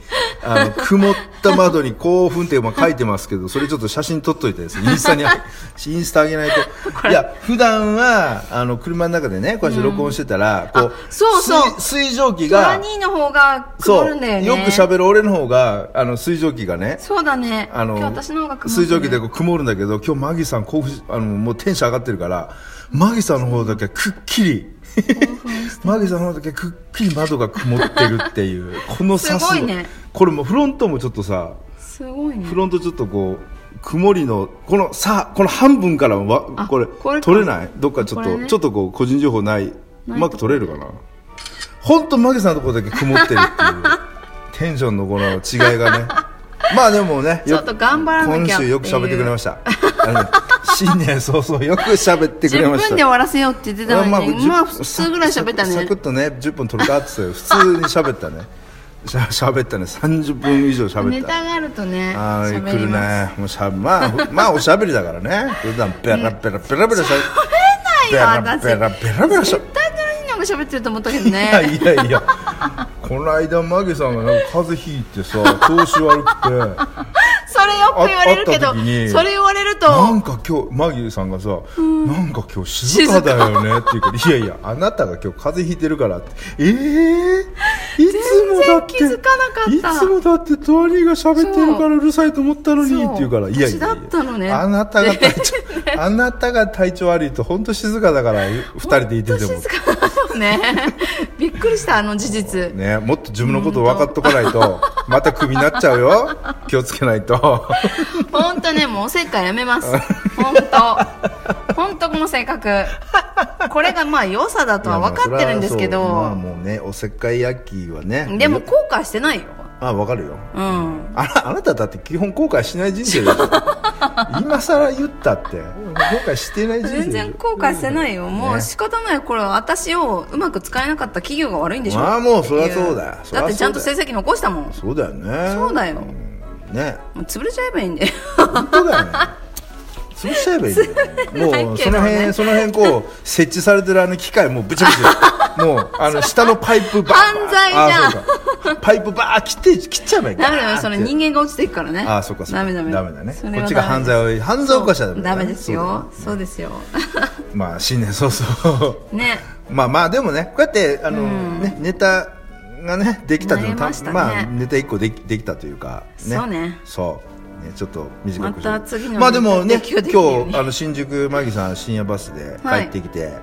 あの曇った窓に興奮ってまあ書いてますけど、それちょっと写真撮っといてですね、インスタにインスタ上げないと。いや普段はあの車の中でねこうやって録音してたら、うん、こうそうそう水蒸気がトラニーの方が曇るんだよね。 よく喋る俺の方があの水蒸気がね、 そうだね、 あの今日私の方が曇る、ね、 水蒸気でこう曇るんだけど、今日マギさん興奮あのもうテンション上がってるから、マギさんの方だけくっきりマギさんの方だけくっきり窓が曇ってるっていうこのさすすごいね。 これもフロントもちょっとさ、 すごいね、 フロントちょっとこう曇りのこのさこの半分からはこれこれ取れない？どっかちょっと、ね、ちょっとこう個人情報ない、うまく取れるかな。本当マギさんのところだけ曇ってるっていうテンションのこの違いがねまあでもね、 ちょっと頑張らなきゃっていう。 今週よく喋ってくれました新年早々よく喋ってくれました。 じゅっぷんで終わらせようって言ってたのに、まあ、まあ普通ぐらい喋ったね。 サクッとねじゅっぷん取れたって言って普通に喋ったねしゃ喋ったねさんじゅっぷん以上喋った。 ネタがあるとねああ来るね。もうしゃまあまあおしゃべりだからね普段ペラペラペラペラしゃべれないよ。 ペラペラペラペラしゃ絶対トラニーの方が喋ってると思ったけどね。 いやいやいやこの間マギさんがなんか風邪ひいてさ調子悪くてそれよく言われるけど、それ言われるとなんか今日マギさんがさ、うん、なんか今日静かだよねって言うから、いやいやあなたが今日風邪ひいてるからって、えー、いつもだって全然気づかなかった。 いつもだってトラニーが喋ってるからうるさいと思ったのにって言うから、いやいやいやだったのね、 あなたが体調あなたが体調悪いと本当静かだからふたりでいてても静かだよねびっくりしたあの事実ね。もっと自分のこと分かっとかないとまたクビになっちゃうよ気をつけないと本当ね、もうおせっかいやめます本当本当この性格これがまあ良さだとは分かってるんですけど、 まあもうねおせっかいヤッキーはねでも後悔してないよ。 ああ分かるよ、 うん、 あな、あなただって基本後悔しない人生でしょ今更言ったって後悔してない人生。 全然後悔してないよ、もう仕方ない。これ私をうまく使えなかった企業が悪いんでしょ。 まあもうそりゃそうだよ。 だってちゃんと成績残したもん。 そうだよね。 そうだよ、 うん、ね、 もう潰れちゃえばいいんで本当だよね潰しちゃえばいいんだよ、ね、もうその辺その辺こう設置されてるあの機械もうぶちゃぶちゃもうあの下のパイプバー犯罪じゃん。 パイプバー切って切っちゃえばいい。 ダメだよ、それ人間が落ちていくからね。 ああそうかそうか、 ダメダメダメだね。こっちが犯罪を犯罪を犯しちゃダメだ、ね、 ダメですよ。そうですよまあ新年早々 ね。 まあまあでもねこうやってあの、うん、ねネタがねできたというのは、ね、まあネタいっこできできたというかね。 そうね。 そうね、ちょっと短くまた次のまあでもね今日あの新宿マギさん深夜バスで帰ってきて、はい、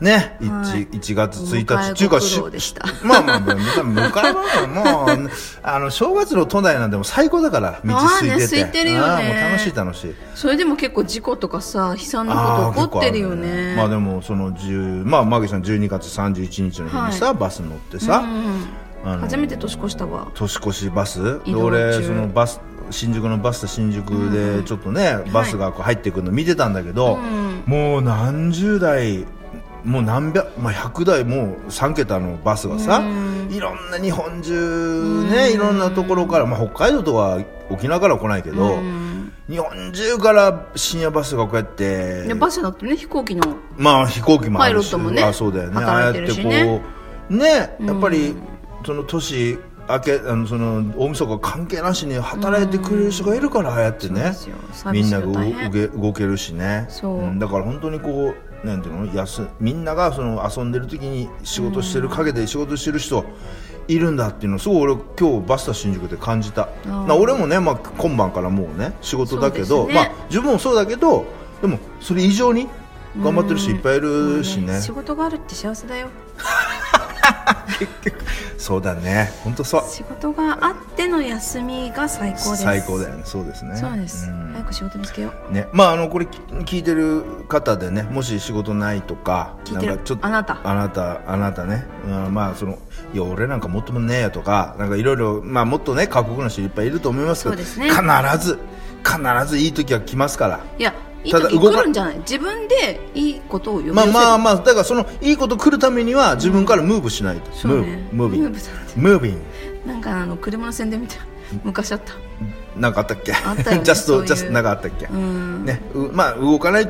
ね、はい、いちがつついたちっていうかまあまあ迎えはもうあの正月の都内なんでも最高だから道空いてて、 空いてるよね。 あもう楽しい楽しい。 それでも結構事故とかさ悲惨なこと起こってるよね。 まあでもそのまあマギさんじゅうにがつさんじゅういちにちの日にさ、はい、バス乗ってさ、うんあの初めて年越したわ。 年越しバスで俺そのバス新宿のバスと新宿でちょっとね、うん、バスがこう入ってくるの見てたんだけど、はい、もう何十台もう何百、まあ、ひゃくだいもうさんけたのバスがさ、うん、いろんな日本中ね、うん、いろんなところから、まあ、北海道とか沖縄からは来ないけど、うん、日本中から深夜バスがこうやってでバスだってね飛行機のまあ飛行機もあるしパイロットもねあそうだよね働いてるしね、 ああやってこうねやっぱり、その年明けあのその大晦日関係なしに働いてくれる人がいるからああやってねみんなが動けるしね、うん、だから本当にこうなんていうの休みんながその遊んでる時に仕事してる陰で仕事してる人いるんだっていうのをすごい俺今日バスタ新宿で感じた。俺もね、まあ、今晩からもうね仕事だけど、ねまあ、自分もそうだけどでもそれ以上に頑張ってる人いっぱいいるし ね, ね仕事があるって幸せだよ結局そうだね本当そう仕事があっての休みが最高です。 最高だよね。そうですねそうです、うん、早く仕事見つけようね。まああのこれ聞いてる方でねもし仕事ないとか聞いてるなんかちょっとあなたあなたあなたね、うん、まあそのいや俺なんかもっともねえやとかなんかいろいろまあもっとね過酷な人いっぱいいると思いますけど、 そうですね、 必ず必ずいい時は来ますから。 いやいい時来るんじゃない。自分でいいことを呼び寄せる。 まあまあまあだからそのいいこと来るためには自分からムーブしないと、 うん、そうね、 ムービングムービングなんかあの車の宣伝みたいな昔あったなんかあったっけあったよ、ね、 ジャストジャストなんかあったっけ、うん、ね、まあ動かないと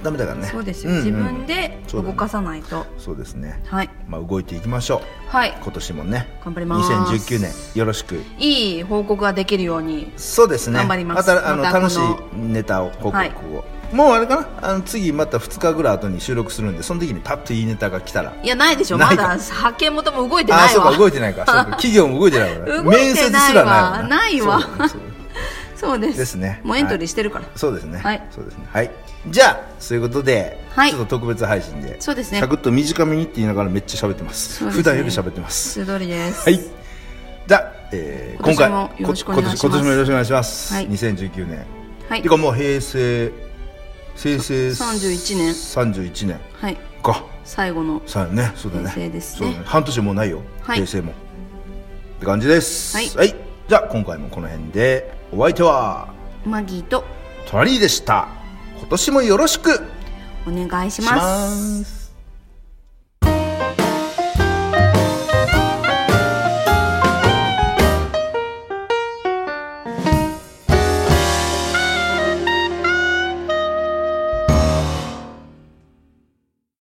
ダメだからね。 そうですよ、うんうん、自分で動かさないと。 そうですね、 はい、 まあ、動いていきましょう。 はい、 今年もね頑張ります。 にせんじゅうきゅうねんよろしく。 いい報告ができるように。 そうですね、 頑張ります。 またあの楽しいネタを報告を、はい、もうあれかな、あの次またふつかぐらい後に収録するんで、その時にパッといいネタが来たら。 いやないでしょ、まだ派遣元も動いてないわ。 あ、そうか動いてないかそうか企業も動いてないから面接すらないわ。 ないわ。そうですですね、 もうエントリーしてるから、 はい、そうですね、 はい、 そうですね、はい。じゃあそういうことで、はい、ちょっと特別配信で、 そうですね、 サクッと短めにって言いながらめっちゃ喋ってます。そうですね、普段より喋ってます。 素通りです。 はい。じゃあ、えー、今回今年もよろしくお願いします。 今年もよろしくお願いします、はい、にせんじゅうきゅうねん、はい、てかもう平成平成さんじゅういちねんさんじゅういちねん、 はい、 か最後のさあね、そうだね、 平成ですね。 そうだね、半年もうないよ、はい、平成もって感じです。はい、はい、じゃあ今回もこの辺で。お相手はマギーとトラリーでした。今年もよろしくお願いします。